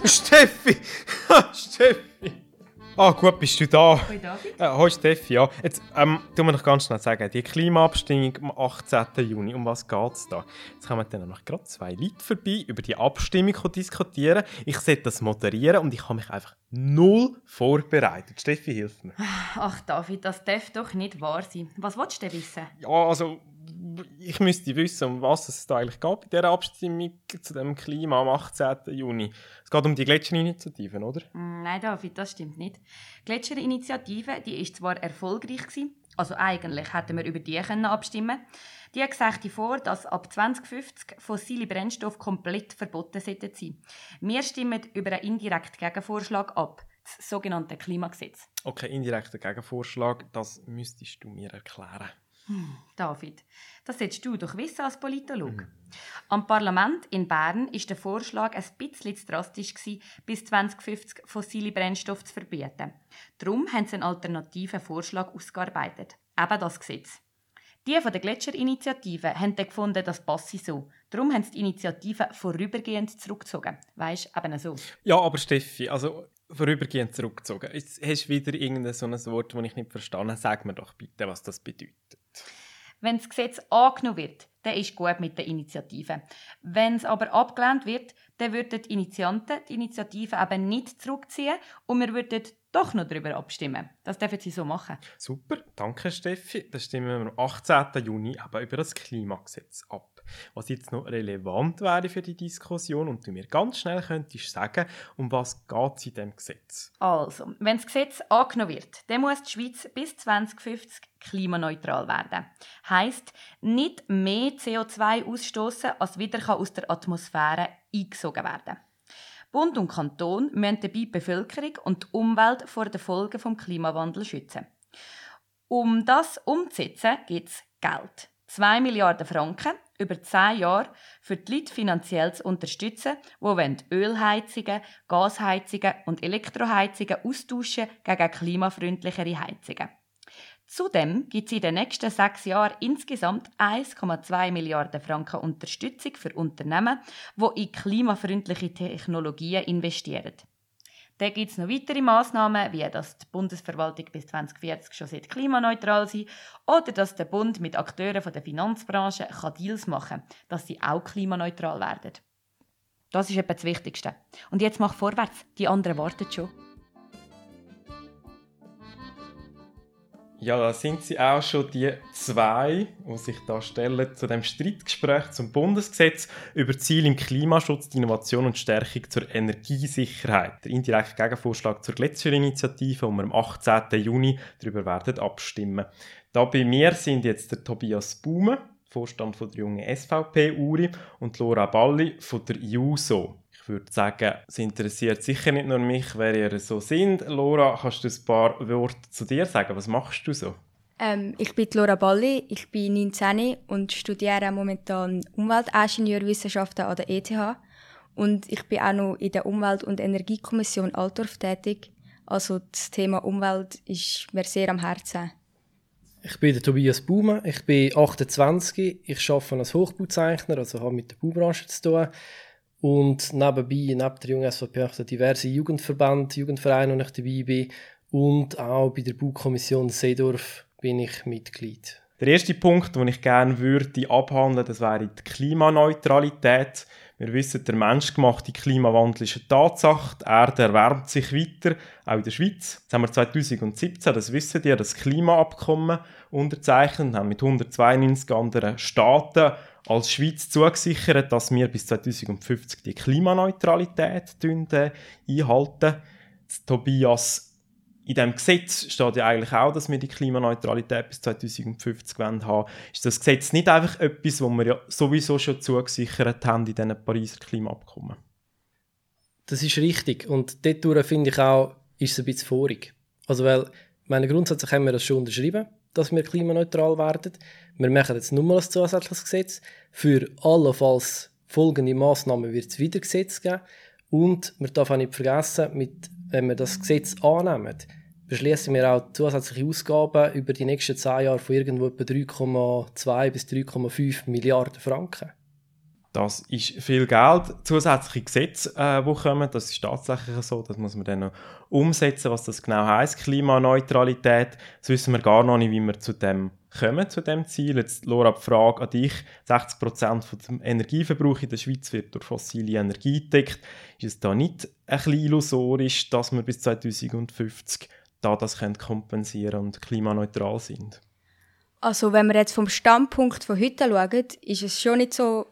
Steffi! Steffi! Ah, gut, bist du da? Hoi David. Hoi Steffi, ja. Jetzt tu mir noch ganz schnell sagen, die Klimaabstimmung am 18. Juni, um was geht es da? Jetzt kommen dann noch gerade 2 Leute vorbei, über die Abstimmung diskutieren. Ich sollte das moderieren und ich habe mich einfach null vorbereitet. Steffi, hilf mir. Ach David, das darf doch nicht wahr sein. Was willst du denn wissen? Ja, also, ich müsste wissen, um was es da eigentlich geht bei dieser Abstimmung zu dem Klima am 18. Juni. Es geht um die Gletscherinitiativen, oder? Nein David, das stimmt nicht. Die Gletscherinitiative, die ist zwar erfolgreich gewesen, also eigentlich hätten wir über die abstimmen können. Die sieht vor, dass ab 2050 fossile Brennstoffe komplett verboten sein sollten. Wir stimmen über einen indirekten Gegenvorschlag ab, das sogenannte Klimagesetz. Okay, indirekter Gegenvorschlag, das müsstest du mir erklären. David, das solltest du doch wissen als Politologe. Am Parlament in Bern war der Vorschlag ein bisschen zu drastisch, bis 2050 fossile Brennstoffe zu verbieten. Darum haben sie einen alternativen Vorschlag ausgearbeitet. Eben das Gesetz. Die von der Gletscherinitiative haben dann gefunden, das passe so. Darum haben sie die Initiative vorübergehend zurückgezogen. Weisst, eben so. Ja, aber Steffi, also vorübergehend zurückgezogen. Jetzt hast du wieder irgendein so ein Wort, das ich nicht verstanden habe. Sag mir doch bitte, was das bedeutet. Wenn das Gesetz angenommen wird, dann ist gut mit der Initiative. Wenn es aber abgelehnt wird, dann würden die Initianten die Initiative eben nicht zurückziehen und wir würden doch noch darüber abstimmen. Das dürfen sie so machen. Super, danke Steffi. Dann stimmen wir am 18. Juni eben über das Klimagesetz ab. Was jetzt noch relevant wäre für die Diskussion und du mir ganz schnell könntest sagen, um was geht es in diesem Gesetz? Also, wenn das Gesetz angenommen wird, dann muss die Schweiz bis 2050 klimaneutral werden. Heisst, nicht mehr CO2 ausstoßen, als wieder aus der Atmosphäre eingesogen werden. Bund und Kanton müssen dabei die Bevölkerung und die Umwelt vor den Folgen des Klimawandels schützen. Um das umzusetzen, gibt es Geld. 2 Milliarden Franken über 10 Jahre für die Leute finanziell zu unterstützen, die Ölheizungen, Gasheizungen und Elektroheizungen austauschen gegen klimafreundlichere Heizungen. Zudem gibt es in den nächsten 6 Jahren insgesamt 1,2 Milliarden Franken Unterstützung für Unternehmen, die in klimafreundliche Technologien investieren. Dann gibt es noch weitere Massnahmen, wie dass die Bundesverwaltung bis 2040 schon klimaneutral sein oder dass der Bund mit Akteuren der Finanzbranche Deals machen kann, dass sie auch klimaneutral werden. Das ist etwa das Wichtigste. Und jetzt mach vorwärts, die anderen warten schon. Ja, da sind sie auch schon die 2, die sich da stellen zu dem Streitgespräch zum Bundesgesetz über Ziele im Klimaschutz, die Innovation und Stärkung zur Energiesicherheit. Der indirekte Gegenvorschlag zur Gletscherinitiative, wo wir am 18. Juni darüber werden abstimmen. Da bei mir sind jetzt der Tobias Baume, Vorstand von der jungen SVP-Uri, und Laura Balli von der JUSO. Ich würde sagen, es interessiert sicher nicht nur mich, wer ihr so sind. Laura, kannst du ein paar Worte zu dir sagen? Was machst du so? Ich bin Laura Balli, ich bin 19 und studiere momentan Umweltingenieurwissenschaften an der ETH. Und ich bin auch noch in der Umwelt- und Energiekommission Altdorf tätig. Also das Thema Umwelt ist mir sehr am Herzen. Ich bin der Tobias Baume, ich bin 28, ich arbeite als Hochbauzeichner, also habe mit der Baubranche zu tun. Und nebenbei, neben der jungen SVP, habe ich diverse Jugendverbände, Jugendvereine, wo ich dabei bin. Und auch bei der Baukommission Seedorf bin ich Mitglied. Der erste Punkt, den ich gerne würde abhandeln, das wäre die Klimaneutralität. Wir wissen, der menschgemachte Klimawandel ist eine Tatsache. Die Erde erwärmt sich weiter, auch in der Schweiz. Jetzt haben wir 2017, das wissen ihr, das Klimaabkommen unterzeichnet und haben mit 192 anderen Staaten als Schweiz zugesichert, dass wir bis 2050 die Klimaneutralität einhalten. Tobias, in diesem Gesetz steht ja eigentlich auch, dass wir die Klimaneutralität bis 2050 haben wollen. Ist das Gesetz nicht einfach etwas, das wir ja sowieso schon zugesichert haben in diesen Pariser Klimaabkommen? Das ist richtig. Und dort finde ich auch, ist es ein bisschen vorig. Also weil, grundsätzlich haben wir das schon unterschrieben, dass wir klimaneutral werden. Wir machen jetzt nur mal ein zusätzliches Gesetz. Für allenfalls folgende Massnahmen wird es wieder Gesetz geben. Und man darf auch nicht vergessen, wenn wir das Gesetz annehmen, beschließen wir auch zusätzliche Ausgaben über die nächsten 10 Jahre von irgendwo etwa 3,2 bis 3,5 Milliarden Franken. Das ist viel Geld. Zusätzliche Gesetze, die kommen, das ist tatsächlich so. Das muss man dann noch umsetzen, was das genau heisst, Klimaneutralität. Das wissen wir gar noch nicht, wie wir zu dem kommen, zu dem Ziel. Jetzt, Laura, die Frage an dich. 60% vom Energieverbrauch in der Schweiz wird durch fossile Energie gedeckt. Ist es da nicht ein bisschen illusorisch, dass wir bis 2050 das kompensieren und klimaneutral sind? Also wenn wir jetzt vom Standpunkt von heute schauen, ist es schon nicht so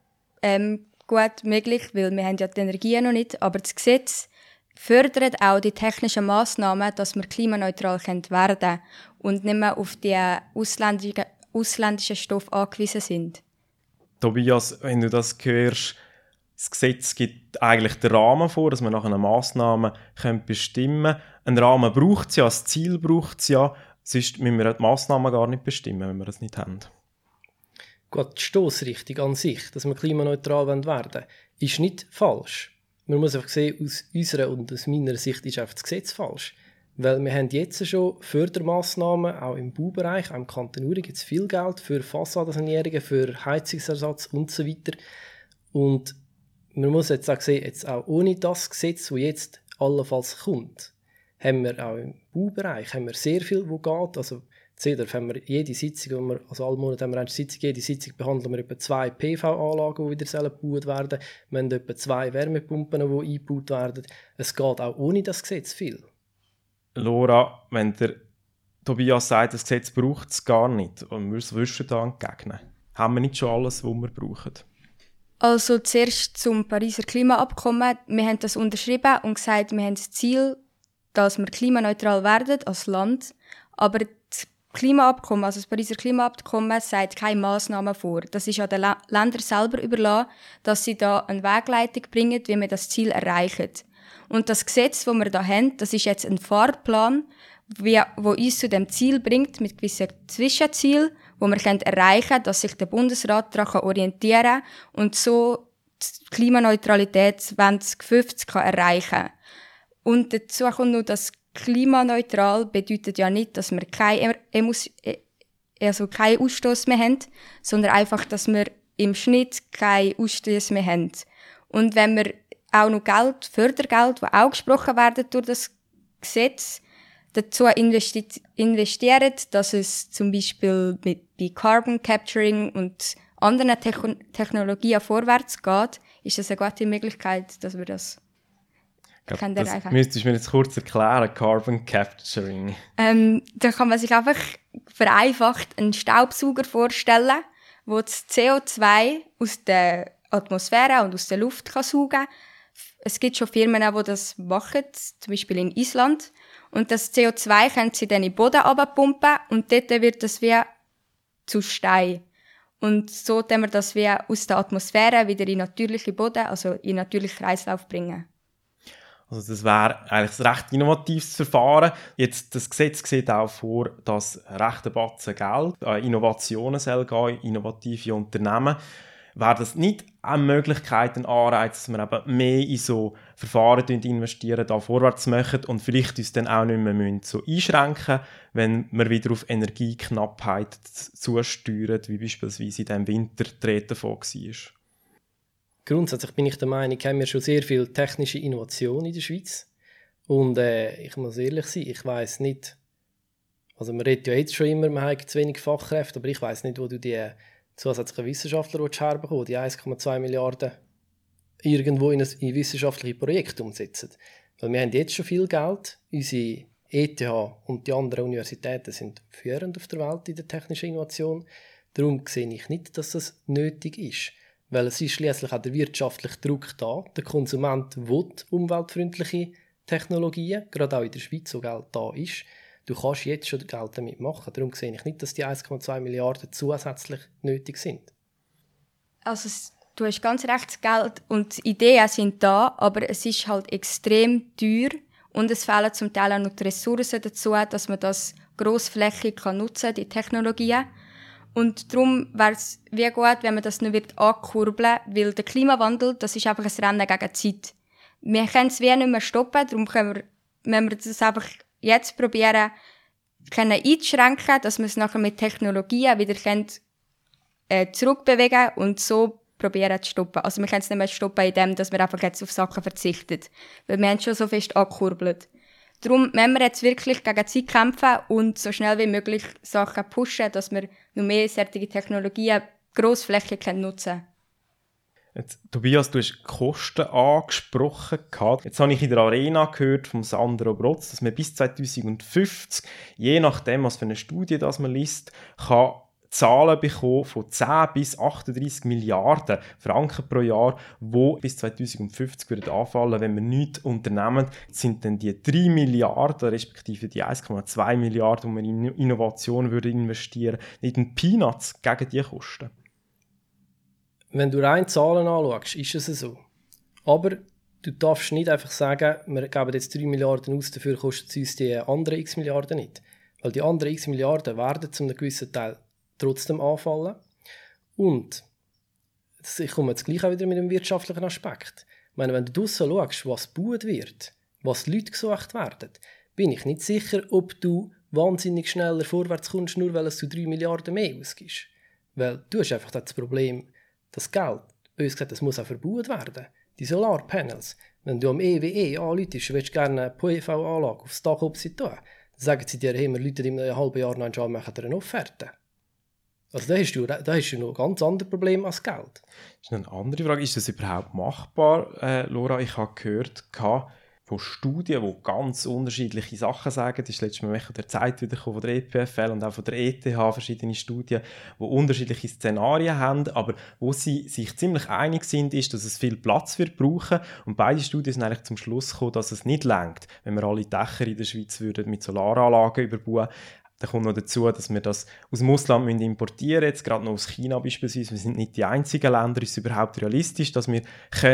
gut möglich, weil wir haben ja die Energie noch nicht, aber das Gesetz fördert auch die technischen Massnahmen, dass wir klimaneutral werden können und nicht mehr auf die ausländischen Stoffe angewiesen sind. Tobias, wenn du das hörst, das Gesetz gibt eigentlich den Rahmen vor, dass man nach einer Massnahme bestimmen können. Einen Rahmen braucht es ja, ein Ziel braucht es ja, sonst müssen wir die Massnahmen gar nicht bestimmen, wenn wir das nicht haben. Gut, die Stossrichtung an sich, dass wir klimaneutral werden wollen, ist nicht falsch. Man muss einfach sehen, aus unserer und aus meiner Sicht ist einfach das Gesetz falsch. Weil wir haben jetzt schon Fördermaßnahmen, auch im Baubereich, auch im Kanton Uri gibt es viel Geld für Fassadensanierungen, für Heizungsersatz und so weiter. Und man muss jetzt auch sehen, jetzt auch ohne das Gesetz, das jetzt allenfalls kommt, haben wir auch im Baubereich haben wir sehr viel, wo geht. Also CEDARF haben wir jede Sitzung, also alle Monate haben wir eine Sitzung, jede Sitzung behandeln wir etwa 2 PV-Anlagen, die wieder gebaut werden. Wir haben etwa 2 Wärmepumpen, die eingebaut werden. Es geht auch ohne das Gesetz viel. Laura, wenn der Tobias sagt, das Gesetz braucht es gar nicht, und wir würden da entgegnen, haben wir nicht schon alles, was wir brauchen? Also zuerst zum Pariser Klimaabkommen. Wir haben das unterschrieben und gesagt, wir haben das Ziel, dass wir klimaneutral werden als Land. Aber das Klimaabkommen, also das Pariser Klimaabkommen, sagt keine Massnahmen vor. Das ist an den Ländern selber überlassen, dass sie da eine Wegleitung bringen, wie wir das Ziel erreichen. Und das Gesetz, das wir da haben, das ist jetzt ein Fahrplan, wo uns zu dem Ziel bringt, mit gewissen Zwischenzielen, wo wir erreichen können, dass sich der Bundesrat daran orientieren kann und so die Klimaneutralität 2050 erreichen kann. Und dazu kommt noch, dass klimaneutral bedeutet ja nicht, dass wir keinen Ausstoß mehr haben, sondern einfach, dass wir im Schnitt keinen Ausstoß mehr haben. Und wenn wir auch noch Fördergeld, das auch gesprochen werden durch das Gesetz, dazu investieren, dass es zum Beispiel bei Carbon Capturing und anderen Technologien vorwärts geht, ist das eine gute Möglichkeit, dass wir das erreichen. Das müsstest du mir jetzt kurz erklären, Carbon Capturing. Da kann man sich einfach vereinfacht einen Staubsauger vorstellen, der das CO2 aus der Atmosphäre und aus der Luft saugen kann. Es gibt schon Firmen, die das machen, zum Beispiel in Island. Und das CO2 können sie dann in den Boden runterpumpen und dort wird das wie zu Stein. Und so können wir das wie aus der Atmosphäre wieder in den natürlichen Boden, also in den natürlichen Kreislauf bringen. Also das wäre eigentlich ein recht innovatives Verfahren. Jetzt, das Gesetz sieht auch vor, dass recht ein Batzen Geld an Innovationen soll gehen, innovative Unternehmen. Wäre das nicht eine Möglichkeit, ein Anreiz, dass wir eben mehr in so Verfahren investieren, da vorwärts machen und vielleicht uns dann auch nicht mehr so einschränken müssen, wenn wir wieder auf Energieknappheit zusteuern, wie beispielsweise in diesem Winter die Rede davon war? Grundsätzlich bin ich der Meinung, haben wir schon sehr viel technische Innovation in der Schweiz. Und ich muss ehrlich sein, ich weiss nicht, also man redet ja jetzt schon immer, man hat zu wenig Fachkräfte, aber ich weiss nicht, wo du die zusätzliche Wissenschaftler herbekommen, die 1,2 Milliarden irgendwo in wissenschaftliche Projekte umsetzen. Weil wir haben jetzt schon viel Geld. Unsere ETH und die anderen Universitäten sind führend auf der Welt in der technischen Innovation. Darum sehe ich nicht, dass das nötig ist. Weil es ist schliesslich auch der wirtschaftliche Druck da. Der Konsument will umweltfreundliche Technologien, gerade auch in der Schweiz, wo Geld da ist. Du kannst jetzt schon Geld damit machen. Darum sehe ich nicht, dass die 1,2 Milliarden zusätzlich nötig sind. Also du hast ganz recht, das Geld und die Ideen sind da, aber es ist halt extrem teuer und es fehlen zum Teil auch noch die Ressourcen dazu, dass man das grossflächig nutzen kann, die Technologien. Und darum wäre es wie gut, wenn man das noch ankurbeln will, weil der Klimawandel, das ist einfach ein Rennen gegen die Zeit. Wir können es wie nicht mehr stoppen, darum können wir, wenn wir das einfach jetzt probieren, einzuschränken, dass wir es nachher mit Technologien wieder zurückbewegen und so probieren zu stoppen. Also wir können es nicht mehr stoppen, indem dass wir einfach jetzt auf Sachen verzichten. Weil wir haben schon so fest angekurbelt. Darum müssen wir jetzt wirklich gegen die Zeit kämpfen und so schnell wie möglich Sachen pushen, dass wir noch mehr solche Technologien grossflächig nutzen können. Jetzt, Tobias, du hast die Kosten angesprochen. Jetzt habe ich in der Arena gehört vom Sandro Brotz, dass man bis 2050, je nachdem, was für eine Studie das man liest, kann Zahlen bekommen von 10 bis 38 Milliarden Franken pro Jahr, die bis 2050 würden anfallen, wenn wir nichts unternehmen. Das sind dann die 3 Milliarden, respektive die 1,2 Milliarden, die wir in Innovation investieren würden, nicht in Peanuts gegen diese Kosten. Wenn du rein Zahlen anschaust, ist es so. Aber du darfst nicht einfach sagen, wir geben jetzt 3 Milliarden aus, dafür kostet es uns die anderen x Milliarden nicht. Weil die anderen x Milliarden werden zu einem gewissen Teil trotzdem anfallen. Und ich komme jetzt gleich auch wieder mit dem wirtschaftlichen Aspekt. Ich meine, wenn du draussen schaust, was gebaut wird, was Leute gesucht werden, bin ich nicht sicher, ob du wahnsinnig schneller vorwärts kommst, nur weil du 3 Milliarden mehr ausgibst. Weil du hast einfach das Problem, das Geld, bös gesagt, das muss auch verbaut werden. Die Solarpanels, wenn du am EWE anläutest, willst du gerne eine PV-Anlage aufs Dach tun, dann sagen sie dir, hey, wir läuten in einem halben Jahr noch an, machen dir eine Offerte. Also da hast du noch ein ganz anderes Problem als Geld. Das ist eine andere Frage. Ist das überhaupt machbar, Laura? Ich habe gehört von Studien, die ganz unterschiedliche Sachen sagen. Das ist letztes Mal von der Zeit wiedergekommen, von der EPFL und auch von der ETH, verschiedene Studien, die unterschiedliche Szenarien haben, aber wo sie sich ziemlich einig sind, ist, dass es viel Platz wird brauchen. Und beide Studien sind eigentlich zum Schluss gekommen, dass es nicht reicht, wenn wir alle Dächer in der Schweiz würden mit Solaranlagen überbauen. Dann kommt noch dazu, dass wir das aus dem Ausland importieren müssen, jetzt gerade noch aus China beispielsweise. Wir sind nicht die einzigen Länder, ist es überhaupt realistisch, dass wir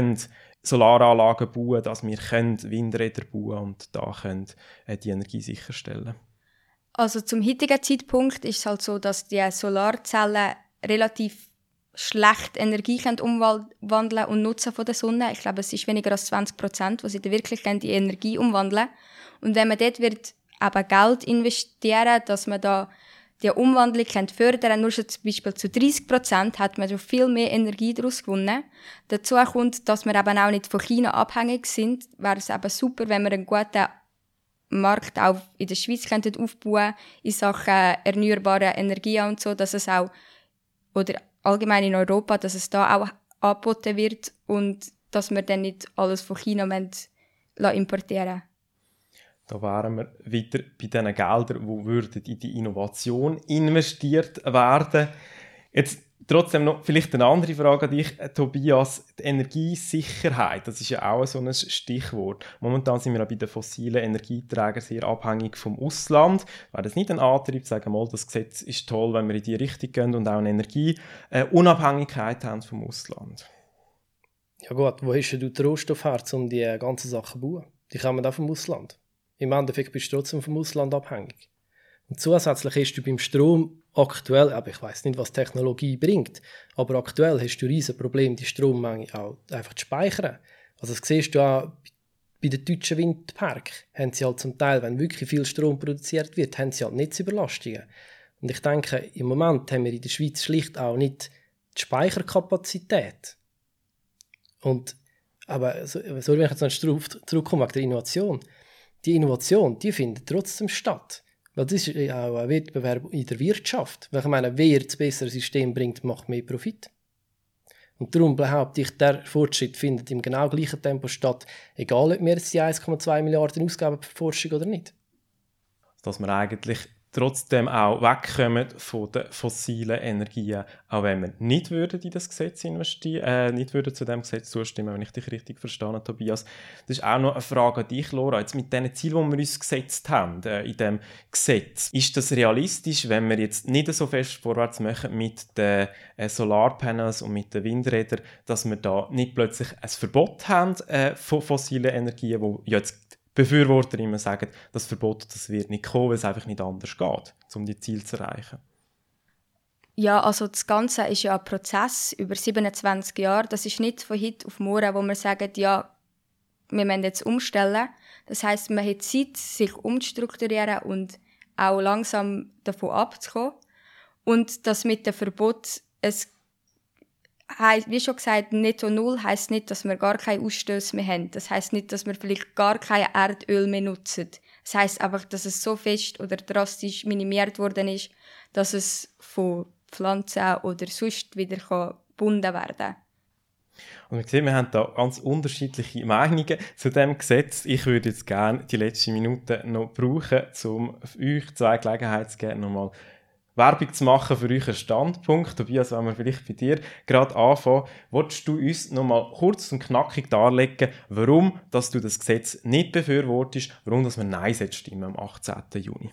Solaranlagen bauen können, dass wir Windräder bauen und da können die Energie sicherstellen. Also zum heutigen Zeitpunkt ist es halt so, dass die Solarzellen relativ schlecht Energie umwandeln und nutzen von der Sonne. Ich glaube, es ist weniger als 20%, was sie da wirklich in Energie umwandeln. Und wenn man dort wird aber Geld investieren, dass man da die Umwandlung fördern, nur schon zum Beispiel zu 30% hat man schon viel mehr Energie daraus gewonnen. Dazu kommt, dass wir eben auch nicht von China abhängig sind. Wäre es eben super, wenn wir einen guten Markt auch in der Schweiz aufbauen in Sachen erneuerbare Energien und so, dass es auch, oder allgemein in Europa, dass es da auch angeboten wird und dass wir dann nicht alles von China importieren. Da wären wir wieder bei diesen Geldern, die in die Innovation investiert werden. Jetzt trotzdem noch vielleicht eine andere Frage an dich, Tobias. Die Energiesicherheit, das ist ja auch so ein Stichwort. Momentan sind wir auch bei den fossilen Energieträgern sehr abhängig vom Ausland. Wäre das nicht ein Antrieb, sagen wir mal, das Gesetz ist toll, wenn wir in die Richtung gehen und auch eine Energieunabhängigkeit haben vom Ausland? Ja gut, wo hast du den Rohstoff her, um die ganzen Sachen zu bauen? Die kommen auch vom Ausland. Im Endeffekt bist du trotzdem vom Ausland abhängig. Und zusätzlich hast du beim Strom aktuell, aber ich weiss nicht, was Technologie bringt, aber aktuell hast du ein riesen Problem, die Strommenge auch einfach zu speichern. Also das siehst du auch bei den deutschen Windparken. Haben sie halt zum Teil, wenn wirklich viel Strom produziert wird, haben sie halt Netzüberlastungen. Und ich denke, im Moment haben wir in der Schweiz schlicht auch nicht die Speicherkapazität. Aber wenn ich jetzt noch zurückkomme wegen der Innovation. Die Innovation, die findet trotzdem statt. Weil das ist ja auch ein Wettbewerb in der Wirtschaft. Weil ich meine, wer das bessere System bringt, macht mehr Profit. Und darum behaupte ich, der Fortschritt findet im genau gleichen Tempo statt, egal ob wir jetzt die 1,2 Milliarden ausgeben für Forschung oder nicht. Dass wir eigentlich trotzdem auch wegkommen von den fossilen Energien, auch wenn wir nicht würden in das Gesetz investieren, nicht würden zu dem Gesetz zustimmen, wenn ich dich richtig verstanden, Tobias. Das ist auch noch eine Frage an dich, Laura. Jetzt mit den Zielen, die wir uns gesetzt haben in diesem Gesetz, ist das realistisch, wenn wir jetzt nicht so fest vorwärts machen mit den Solarpanels und mit den Windrädern, dass wir da nicht plötzlich ein Verbot haben von fossilen Energien, wo jetzt Befürworter immer sagen, das Verbot das wird nicht kommen, weil es einfach nicht anders geht, um die Ziele zu erreichen. Ja, also das Ganze ist ja ein Prozess über 27 Jahre. Das ist nicht von heute auf morgen, wo wir sagen, ja, wir müssen jetzt umstellen. Das heisst, man hat Zeit, sich umzustrukturieren und auch langsam davon abzukommen. Und das mit dem Verbot, wie schon gesagt, Netto Null heisst nicht, dass wir gar keine Ausstöße mehr haben. Das heisst nicht, dass wir vielleicht gar kein Erdöl mehr nutzen. Das heisst einfach, dass es so fest oder drastisch minimiert worden ist, dass es von Pflanzen oder sonst wieder gebunden werden kann. Und wir sehen, wir haben da ganz unterschiedliche Meinungen zu diesem Gesetz. Ich würde jetzt gerne die letzten Minuten noch brauchen, um euch 2 Gelegenheiten zu geben, nochmal Werbung zu machen für euren Standpunkt. Tobias, wenn wir vielleicht bei dir gerade anfangen, willst du uns nochmal kurz und knackig darlegen, warum dass du das Gesetz nicht befürwortest, warum dass wir Nein stimmen am 18. Juni?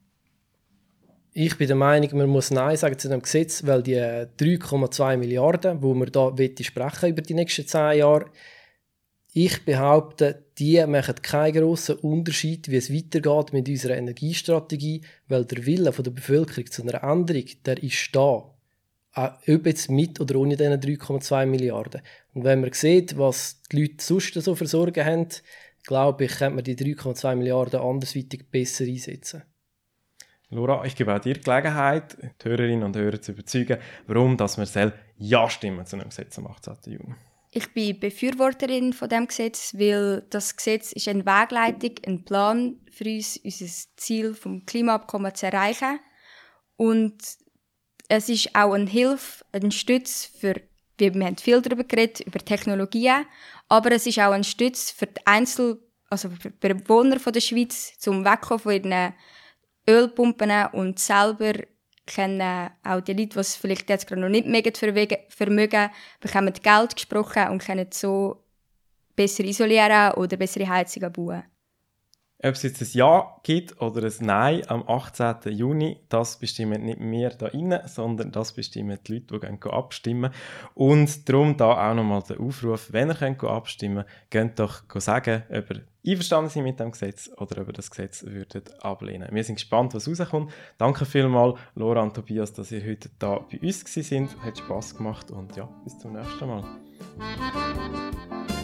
Ich bin der Meinung, man muss Nein sagen zu dem Gesetz, weil die 3,2 Milliarden, die wir da sprechen über die nächsten 10 Jahre, ich behaupte, die machen keinen grossen Unterschied, wie es weitergeht mit unserer Energiestrategie, weil der Wille der Bevölkerung zu einer Änderung, der ist da. Ob jetzt mit oder ohne diese 3,2 Milliarden. Und wenn man sieht, was die Leute sonst so für Sorgen haben, glaube ich, könnte man die 3,2 Milliarden andersweitig besser einsetzen. Laura, ich gebe auch dir die Gelegenheit, die Hörerinnen und Hörer zu überzeugen, warum dass wir Ja stimmen zu einem Gesetz am 18. Juni. Ich bin Befürworterin von dem Gesetz, weil das Gesetz ist eine Wegleitung, ein Plan für uns, unser Ziel vom Klimaabkommen zu erreichen. Und es ist auch eine Hilfe, eine Stütze für, wir haben viel darüber geredet, über Technologien, aber es ist auch eine Stütze für die für die Bewohner der Schweiz, zum Wegkommen von ihren Ölpumpen und selber können auch die Leute, die es vielleicht jetzt gerade noch nicht mega vermögen, bekommen Geld gesprochen und können so besser isolieren oder bessere Heizungen bauen. Ob es jetzt ein Ja gibt oder ein Nein am 18. Juni, das bestimmen nicht wir da innen, sondern das bestimmen die Leute, die gehen abstimmen. Und darum da auch nochmal der Aufruf, wenn ihr könnt abstimmen könnt, geht doch sagen, ob ihr einverstanden seid mit dem Gesetz oder ob ihr das Gesetz würdet ablehnen. Wir sind gespannt, was rauskommt. Danke vielmals, Laura und Tobias, dass ihr heute da bei uns gewesen seid. Hat Spass gemacht und ja, bis zum nächsten Mal.